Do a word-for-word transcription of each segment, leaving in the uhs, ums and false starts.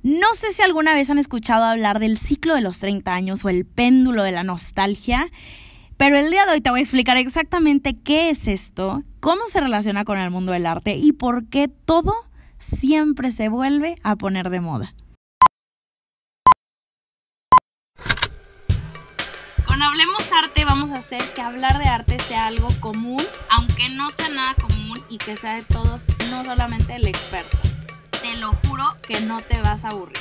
No sé si alguna vez han escuchado hablar del ciclo de los treinta años o el péndulo de la nostalgia, pero el día de hoy te voy a explicar exactamente qué es esto, cómo se relaciona con el mundo del arte y por qué todo siempre se vuelve a poner de moda. Con Hablemos Arte vamos a hacer que hablar de arte sea algo común, aunque no sea nada común y que sea de todos, no solamente el experto. Te lo juro que no te vas a aburrir.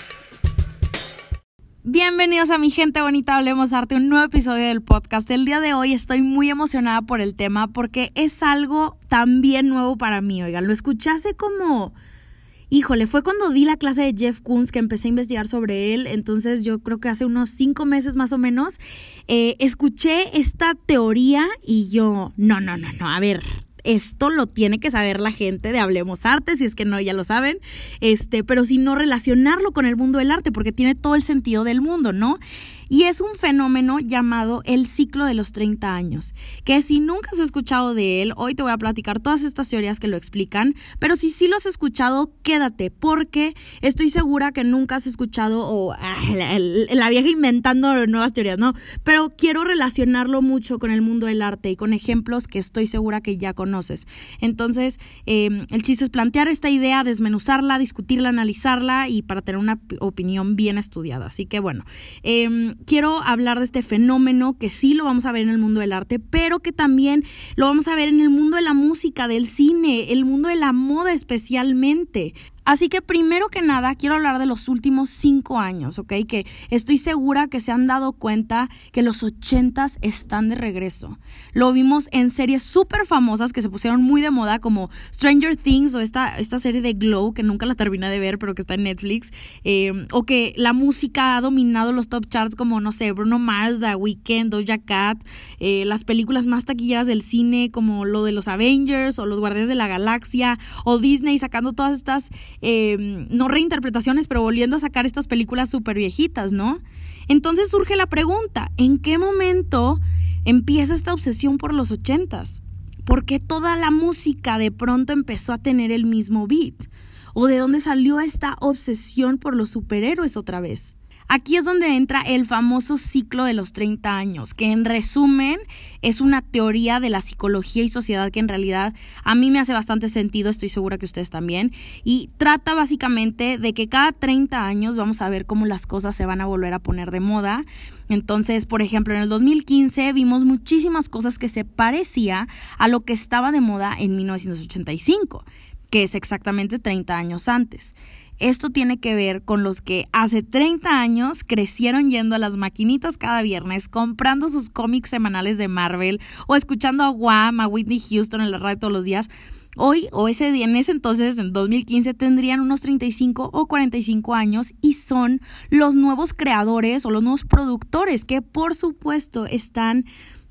Bienvenidos a mi gente bonita, Hablemos Arte, un nuevo episodio del podcast. El día de hoy estoy muy emocionada por el tema porque es algo también nuevo para mí. Oigan, lo escuché hace como... Híjole, fue cuando di la clase de Jeff Koons que empecé a investigar sobre él, entonces yo creo que hace unos cinco meses más o menos, eh, escuché esta teoría y yo, no, no, no, no, a ver... Esto lo tiene que saber la gente de Hablemos Arte, si es que no, ya lo saben, este, pero si no relacionarlo con el mundo del arte, porque tiene todo el sentido del mundo, ¿no? Y es un fenómeno llamado el ciclo de los treinta años, que si nunca has escuchado de él, hoy te voy a platicar todas estas teorías que lo explican, pero si sí lo has escuchado, quédate, porque estoy segura que nunca has escuchado, o ah, la, la vieja inventando nuevas teorías, ¿no? Pero quiero relacionarlo mucho con el mundo del arte y con ejemplos que estoy segura que ya conoces. Entonces, eh, el chiste es plantear esta idea, desmenuzarla, discutirla, analizarla y para tener una opinión bien estudiada. Así que bueno, eh, quiero hablar de este fenómeno que sí lo vamos a ver en el mundo del arte, pero que también lo vamos a ver en el mundo de la música, del cine, el mundo de la moda especialmente. Así que primero que nada quiero hablar de los últimos cinco años, ¿ok? Que estoy segura que se han dado cuenta que los ochentas están de regreso. Lo vimos en series súper famosas que se pusieron muy de moda como Stranger Things o esta, esta serie de Glow que nunca la terminé de ver pero que está en Netflix. Eh, o que la música ha dominado los top charts como, no sé, Bruno Mars, The Weeknd, Doja Cat. Eh, las películas más taquilleras del cine como lo de los Avengers o los Guardianes de la Galaxia o Disney sacando todas estas... Eh, no reinterpretaciones, pero volviendo a sacar estas películas súper viejitas, ¿no? Entonces surge la pregunta, ¿en qué momento empieza esta obsesión por los ochentas? ¿Por qué toda la música de pronto empezó a tener el mismo beat? ¿O de dónde salió esta obsesión por los superhéroes otra vez? Aquí es donde entra el famoso ciclo de los treinta años, que en resumen es una teoría de la psicología y sociedad que en realidad a mí me hace bastante sentido, estoy segura que ustedes también, y trata básicamente de que cada treinta años vamos a ver cómo las cosas se van a volver a poner de moda. Entonces, por ejemplo, en el dos mil quince vimos muchísimas cosas que se parecía a lo que estaba de moda en mil novecientos ochenta y cinco, que es exactamente treinta años antes. Esto tiene que ver con los que hace treinta años crecieron yendo a las maquinitas cada viernes, comprando sus cómics semanales de Marvel o escuchando a Wham, a Whitney Houston en la radio todos los días. Hoy, o ese día, en ese entonces, en dos mil quince, tendrían unos treinta y cinco o cuarenta y cinco años y son los nuevos creadores o los nuevos productores que, por supuesto, están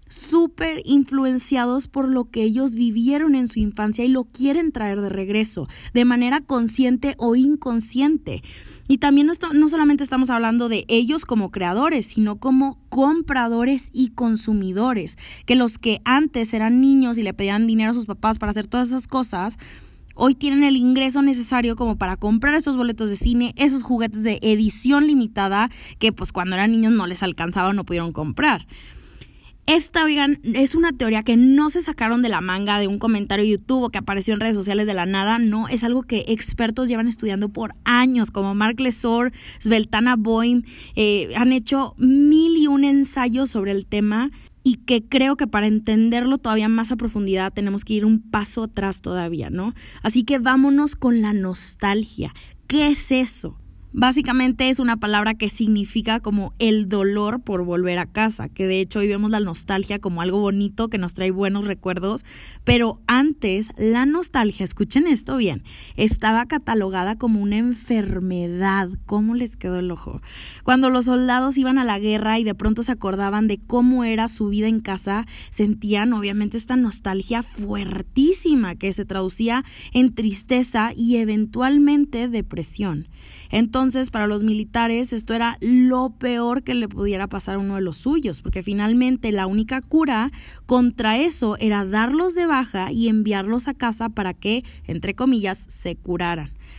súper influenciados por lo que ellos vivieron en su infancia y lo quieren traer de regreso, de manera consciente o inconsciente. Y también no, esto, no solamente estamos hablando de ellos como creadores, sino como compradores y consumidores, que los que antes eran niños y le pedían dinero a sus papás para hacer todas esas cosas, hoy tienen el ingreso necesario como para comprar esos boletos de cine, esos juguetes de edición limitada que pues cuando eran niños no les alcanzaba o no pudieron comprar. Esta, oigan, es una teoría que no se sacaron de la manga de un comentario de YouTube o que apareció en redes sociales de la nada, no, es algo que expertos llevan estudiando por años, como Mark Lesor, Sveltana Boym, eh, han hecho mil y un ensayos sobre el tema y que creo que para entenderlo todavía más a profundidad tenemos que ir un paso atrás todavía, ¿no? Así que vámonos con la nostalgia. ¿Qué es eso? Básicamente es una palabra que significa como el dolor por volver a casa, que de hecho hoy vemos la nostalgia como algo bonito que nos trae buenos recuerdos, pero antes la nostalgia, escuchen esto bien, estaba catalogada como una enfermedad. ¿Cómo les quedó el ojo? Cuando los soldados iban a la guerra y de pronto se acordaban de cómo era su vida en casa, sentían obviamente esta nostalgia fuertísima que se traducía en tristeza y eventualmente depresión. Entonces, para los militares esto era lo peor que le pudiera pasar a uno de los suyos, porque finalmente la única cura contra eso era darlos de baja y enviarlos a casa para que, entre comillas, se curaran.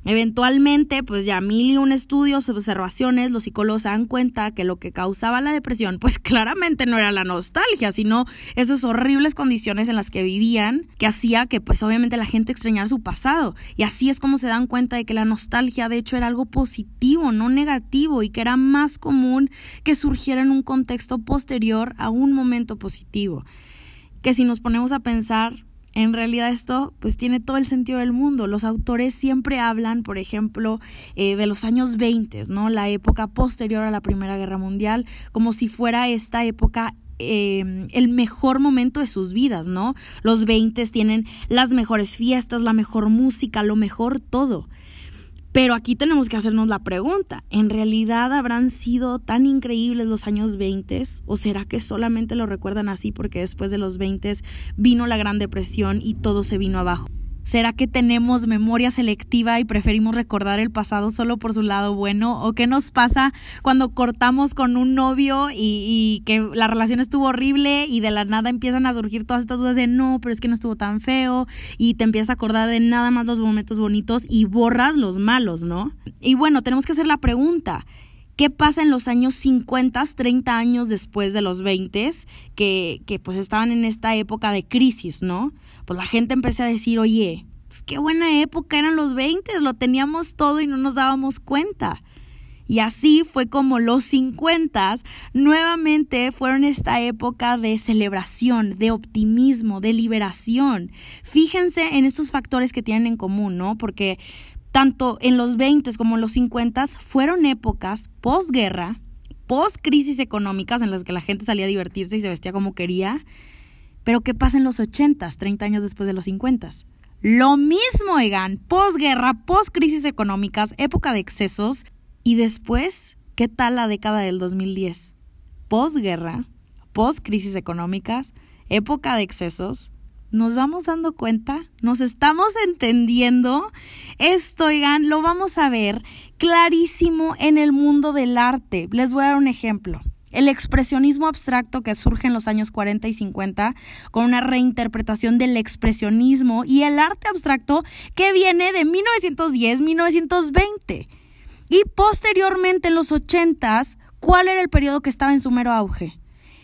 Eventualmente, pues ya mil y un estudios, observaciones, los psicólogos se dan cuenta que lo que causaba la depresión, pues claramente no era la nostalgia, sino esas horribles condiciones en las que vivían, que hacía que pues obviamente la gente extrañara su pasado. Y así es como se dan cuenta de que la nostalgia de hecho era algo positivo, no negativo, y que era más común que surgiera en un contexto posterior a un momento positivo. Que si nos ponemos a pensar, en realidad esto pues tiene todo el sentido del mundo. Los autores siempre hablan, por ejemplo, eh, de los años veinte, ¿no? La época posterior a la Primera Guerra Mundial, como si fuera esta época eh, el mejor momento de sus vidas, ¿no? Los veinte tienen las mejores fiestas, la mejor música, lo mejor todo. Pero aquí tenemos que hacernos la pregunta, ¿en realidad habrán sido tan increíbles los años veinte? ¿O será que solamente lo recuerdan así porque después de los veinte vino la Gran Depresión y todo se vino abajo? ¿Será que tenemos memoria selectiva y preferimos recordar el pasado solo por su lado bueno? ¿O qué nos pasa cuando cortamos con un novio y, y que la relación estuvo horrible y de la nada empiezan a surgir todas estas dudas de no, pero es que no estuvo tan feo, y te empiezas a acordar de nada más los momentos bonitos y borras los malos, ¿no? Y bueno, tenemos que hacer la pregunta, ¿qué pasa en los años cincuenta, treinta años después de los veinte, que, que pues estaban en esta época de crisis, ¿no? Pues la gente empezó a decir, oye, pues qué buena época eran los veinte, lo teníamos todo y no nos dábamos cuenta. Y así fue como los cincuenta nuevamente fueron esta época de celebración, de optimismo, de liberación. Fíjense en estos factores que tienen en común, ¿no? Porque tanto en los veinte como en los cincuenta fueron épocas posguerra, post-crisis económicas en las que la gente salía a divertirse y se vestía como quería. Pero ¿qué pasa en los ochenta, treinta años después de los cincuenta? Lo mismo, oigan, posguerra, post-crisis económicas, época de excesos. Y después, ¿qué tal la década del dos mil diez? Posguerra, post-crisis económicas, época de excesos. ¿Nos vamos dando cuenta? ¿Nos estamos entendiendo? Esto, oigan, lo vamos a ver clarísimo en el mundo del arte. Les voy a dar un ejemplo. El expresionismo abstracto que surge en los años cuarenta y cincuenta con una reinterpretación del expresionismo, y el arte abstracto que viene de mil novecientos diez a mil novecientos veinte. Y posteriormente en los ochentas, ¿cuál era el periodo que estaba en su mero auge?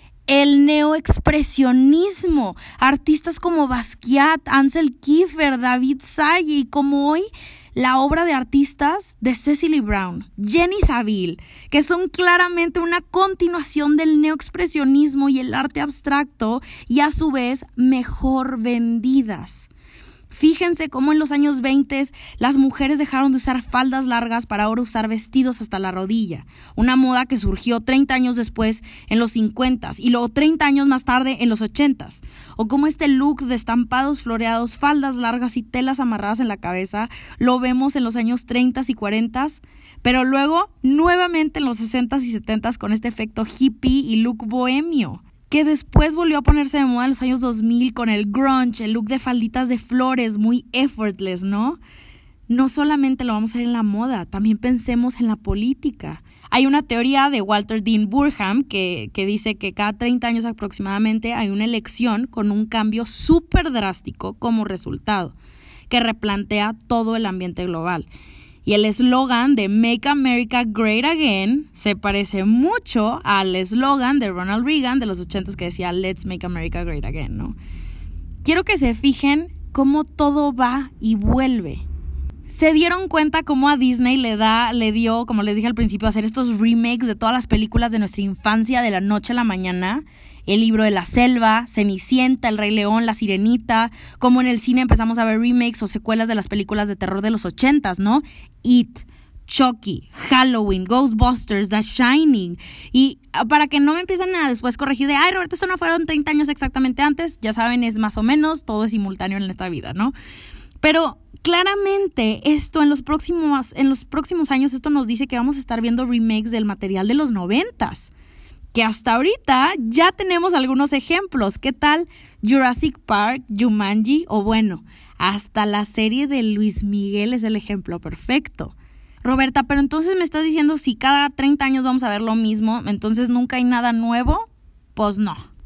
El neoexpresionismo. Artistas como Basquiat, Ansel Kiefer, David Salle, y como hoy la obra de artistas de Cecily Brown, Jenny Saville, que son claramente una continuación del neoexpresionismo y el arte abstracto, y a su vez mejor vendidas. Fíjense cómo en los años veinte las mujeres dejaron de usar faldas largas para ahora usar vestidos hasta la rodilla. Una moda que surgió treinta años después en los cincuenta y luego treinta años más tarde en los ochenta. O como este look de estampados floreados, faldas largas y telas amarradas en la cabeza lo vemos en los años treinta y cuarenta, pero luego nuevamente en los sesenta y setenta con este efecto hippie y look bohemio, que después volvió a ponerse de moda en los años dos mil con el grunge, el look de falditas de flores, muy effortless, ¿no? No solamente lo vamos a ver en la moda, también pensemos en la política. Hay una teoría de Walter Dean Burham que, que dice que cada treinta años aproximadamente hay una elección con un cambio súper drástico como resultado, que replantea todo el ambiente global. Y el eslogan de Make America Great Again se parece mucho al eslogan de Ronald Reagan de los ochentas que decía Let's Make America Great Again, ¿no? Quiero que se fijen cómo todo va y vuelve. Se dieron cuenta cómo a Disney le da, le dio, como les dije al principio, hacer estos remakes de todas las películas de nuestra infancia de la noche a la mañana. El libro de la selva, Cenicienta, El Rey León, La Sirenita, como en el cine empezamos a ver remakes o secuelas de las películas de terror de los ochentas, ¿no? It, Chucky, Halloween, Ghostbusters, The Shining. Y para que no me empiecen a después corregir de, ay, Roberto, esto no fueron treinta años exactamente antes, ya saben, es más o menos, todo es simultáneo en esta vida, ¿no? Pero claramente esto en los próximos, en los próximos años esto nos dice que vamos a estar viendo remakes del material de los noventas. Que hasta ahorita ya tenemos algunos ejemplos. ¿Qué tal Jurassic Park, Jumanji? O bueno, hasta la serie de Luis Miguel es el ejemplo perfecto. Roberta, pero entonces me estás diciendo si cada treinta años vamos a ver lo mismo, entonces nunca hay nada nuevo. Pues no,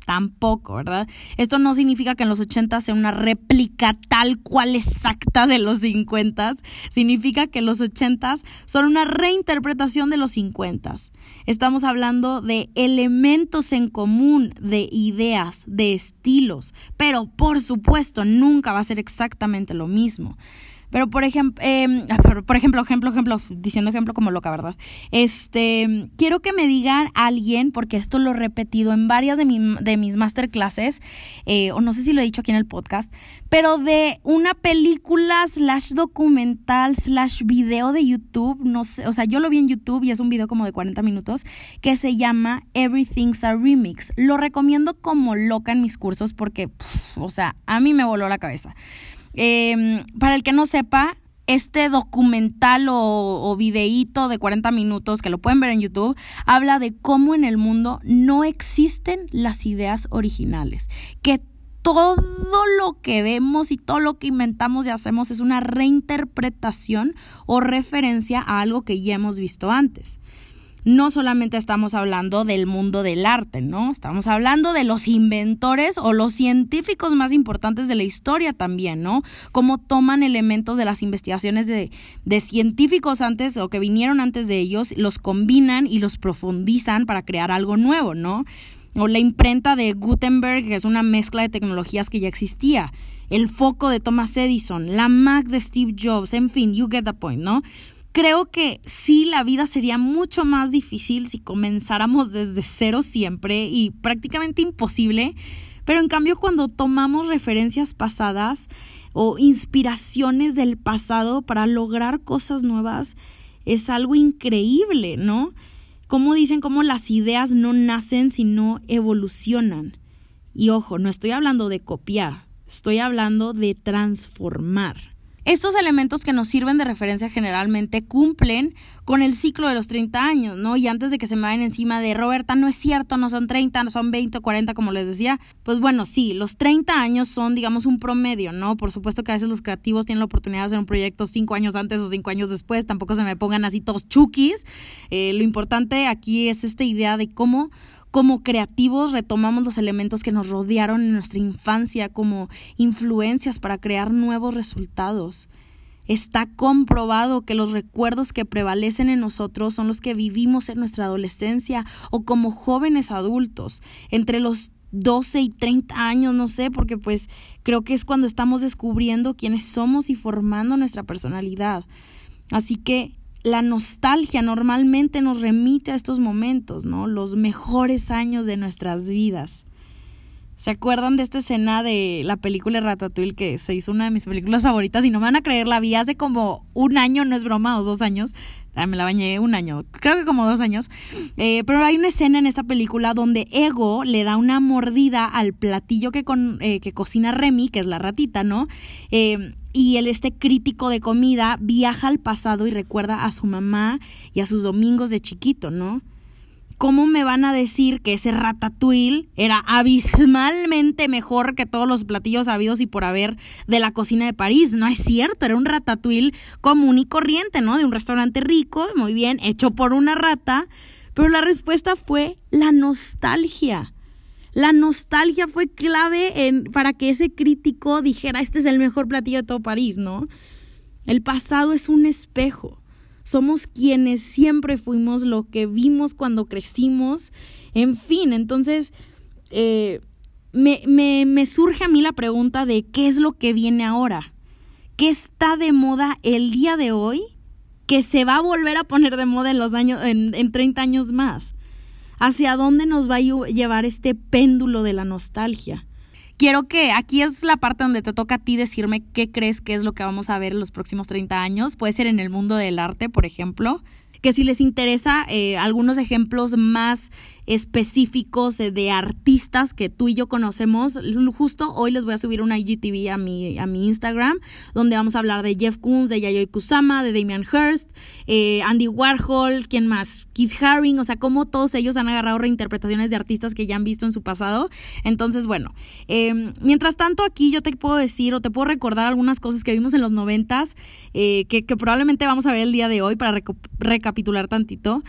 Tampoco, ¿verdad? Esto no significa que en los ochentas sea una réplica tal cual exacta de los cincuentas. Significa que los ochentas son una reinterpretación de los cincuentas. Estamos hablando de elementos en común, de ideas, de estilos. Pero, por supuesto, nunca va a ser exactamente lo mismo. Pero por ejemplo, eh, por ejemplo, ejemplo, ejemplo, diciendo ejemplo como loca, ¿verdad? Este, quiero que me digan alguien, porque esto lo he repetido en varias de, mi, de mis masterclasses, eh, o no sé si lo he dicho aquí en el podcast, pero de una película slash documental slash video de YouTube, no sé, o sea, yo lo vi en YouTube y es un video como de cuarenta minutos que se llama Everything's a Remix. Lo recomiendo como loca en mis cursos porque, pff, o sea, a mí me voló la cabeza. Eh, para el que no sepa, este documental o, o videíto de cuarenta minutos que lo pueden ver en YouTube habla de cómo en el mundo no existen las ideas originales, que todo lo que vemos y todo lo que inventamos y hacemos es una reinterpretación o referencia a algo que ya hemos visto antes. No solamente estamos hablando del mundo del arte, ¿no? Estamos hablando de los inventores o los científicos más importantes de la historia también, ¿no? Cómo toman elementos de las investigaciones de, de científicos antes o que vinieron antes de ellos, los combinan y los profundizan para crear algo nuevo, ¿no? O la imprenta de Gutenberg, que es una mezcla de tecnologías que ya existía. El foco de Thomas Edison, la Mac de Steve Jobs, en fin, you get the point, ¿no? Creo que sí, la vida sería mucho más difícil si comenzáramos desde cero siempre y prácticamente imposible, pero en cambio cuando tomamos referencias pasadas o inspiraciones del pasado para lograr cosas nuevas, es algo increíble, ¿no? Como dicen, cómo las ideas no nacen sino evolucionan. Y ojo, no estoy hablando de copiar, estoy hablando de transformar. Estos elementos que nos sirven de referencia generalmente cumplen con el ciclo de los treinta años, ¿no? Y antes de que se me vayan encima de Roberta, no es cierto, no son treinta, no son veinte o cuarenta, como les decía, pues bueno, sí, los treinta años son, digamos, un promedio, ¿no? Por supuesto que a veces los creativos tienen la oportunidad de hacer un proyecto cinco años antes o cinco años después, tampoco se me pongan así todos chukis. Eh, lo importante aquí es esta idea de cómo como creativos retomamos los elementos que nos rodearon en nuestra infancia como influencias para crear nuevos resultados. Está comprobado que los recuerdos que prevalecen en nosotros son los que vivimos en nuestra adolescencia o como jóvenes adultos, entre los doce y treinta años, no sé, porque pues creo que es cuando estamos descubriendo quiénes somos y formando nuestra personalidad. Así que la nostalgia normalmente nos remite a estos momentos, ¿no? Los mejores años de nuestras vidas. ¿Se acuerdan de esta escena de la película Ratatouille, que se hizo una de mis películas favoritas? Y no me van a creer, la vi hace como un año, no es broma, o dos años. Ah, me la bañé un año, creo que como dos años. Eh, pero hay una escena en esta película donde Ego le da una mordida al platillo que, con, eh, que cocina Remy, que es la ratita, ¿no? Eh, y él, este crítico de comida, viaja al pasado y recuerda a su mamá y a sus domingos de chiquito, ¿no? ¿Cómo me van a decir que ese ratatouille era abismalmente mejor que todos los platillos habidos y por haber de la cocina de París? No es cierto, era un ratatouille común y corriente, ¿no? De un restaurante rico, muy bien, hecho por una rata, pero la respuesta fue la nostalgia. La nostalgia fue clave en, para que ese crítico dijera, este es el mejor platillo de todo París, ¿no? El pasado es un espejo. Somos quienes siempre fuimos, lo que vimos cuando crecimos, en fin. Entonces, eh, me, me, me surge a mí la pregunta de qué es lo que viene ahora. ¿Qué está de moda el día de hoy que se va a volver a poner de moda en los años, en, en treinta años más? ¿Hacia dónde nos va a llevar este péndulo de la nostalgia? Quiero que aquí es la parte donde te toca a ti decirme qué crees que es lo que vamos a ver en los próximos treinta años. Puede ser en el mundo del arte, por ejemplo. Que si les interesa eh, algunos ejemplos más específicos eh, de artistas que tú y yo conocemos, justo hoy les voy a subir una I G T V a mi, a mi Instagram, donde vamos a hablar de Jeff Koons, de Yayoi Kusama, de Damien Hirst, eh, Andy Warhol, ¿quién más? Keith Haring, o sea, cómo todos ellos han agarrado reinterpretaciones de artistas que ya han visto en su pasado. Entonces, bueno, eh, mientras tanto aquí yo te puedo decir o te puedo recordar algunas cosas que vimos en los noventas, eh, que, que probablemente vamos a ver el día de hoy para reco- recapitular tantito.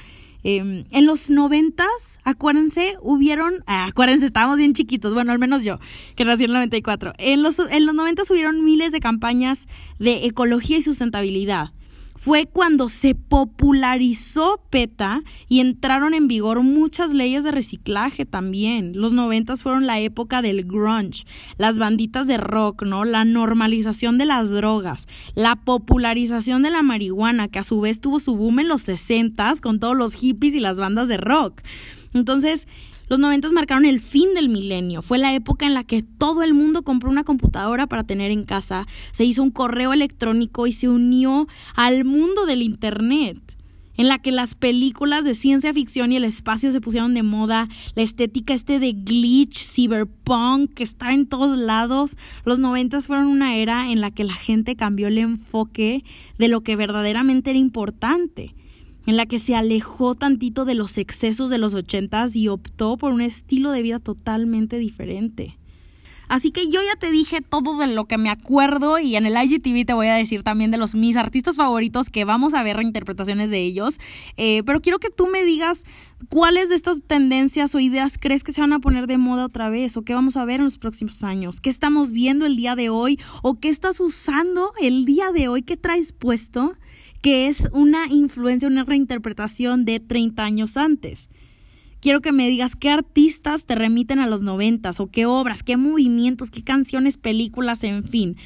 Eh, en los noventas, acuérdense, hubieron, ah, acuérdense, estábamos bien chiquitos, bueno, al menos yo, que nací en el noventa y cuatro. En los, en los noventas hubieron miles de campañas de ecología y sustentabilidad. Fue cuando se popularizó PETA y entraron en vigor muchas leyes de reciclaje también. Los noventas fueron la época del grunge, las banditas de rock, ¿no? La normalización de las drogas, la popularización de la marihuana, que a su vez tuvo su boom en los sesentas con todos los hippies y las bandas de rock. Entonces, los noventas marcaron el fin del milenio. Fue la época en la que todo el mundo compró una computadora para tener en casa, se hizo un correo electrónico y se unió al mundo del internet, en la que las películas de ciencia ficción y el espacio se pusieron de moda, la estética este de glitch, cyberpunk, que está en todos lados. Los noventas fueron una era en la que la gente cambió el enfoque de lo que verdaderamente era importante, en la que se alejó tantito de los excesos de los ochentas y optó por un estilo de vida totalmente diferente. Así que yo ya te dije todo de lo que me acuerdo y en el I G T V te voy a decir también de los mis artistas favoritos, que vamos a ver reinterpretaciones de ellos, eh, pero quiero que tú me digas cuáles de estas tendencias o ideas crees que se van a poner de moda otra vez o qué vamos a ver en los próximos años, qué estamos viendo el día de hoy o qué estás usando el día de hoy, qué traes puesto, que es una influencia, una reinterpretación de treinta años antes. Quiero que me digas qué artistas te remiten a los noventas o qué obras, qué movimientos, qué canciones, películas, en fin.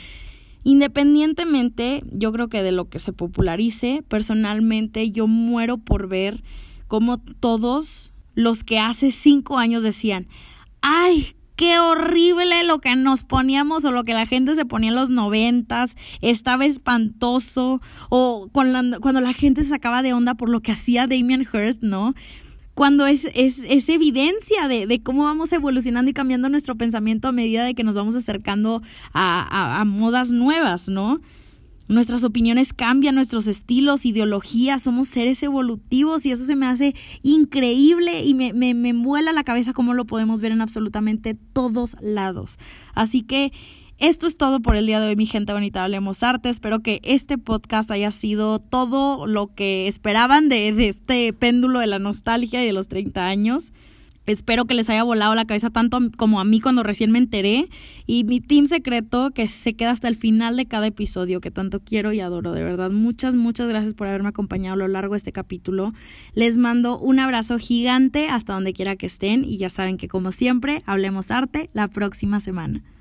Independientemente, yo creo que de lo que se popularice, personalmente yo muero por ver cómo todos los que hace cinco años decían, ¡ay, qué horrible lo que nos poníamos o lo que la gente se ponía en los noventas! Estaba espantoso. O cuando la, cuando la gente se sacaba de onda por lo que hacía Damien Hirst, ¿no? Cuando es, es, es evidencia de, de cómo vamos evolucionando y cambiando nuestro pensamiento a medida de que nos vamos acercando a, a, a modas nuevas, ¿no? Nuestras opiniones cambian, nuestros estilos, ideologías, somos seres evolutivos y eso se me hace increíble y me, me, me vuela la cabeza cómo lo podemos ver en absolutamente todos lados. Así que esto es todo por el día de hoy, mi gente bonita, hablemos arte. Espero que este podcast haya sido todo lo que esperaban de, de este péndulo de la nostalgia y de los treinta años. Espero que les haya volado la cabeza tanto como a mí cuando recién me enteré. Y mi team secreto que se queda hasta el final de cada episodio, que tanto quiero y adoro. De verdad, muchas, muchas gracias por haberme acompañado a lo largo de este capítulo. Les mando un abrazo gigante hasta donde quiera que estén. Y ya saben que como siempre, hablemos arte la próxima semana.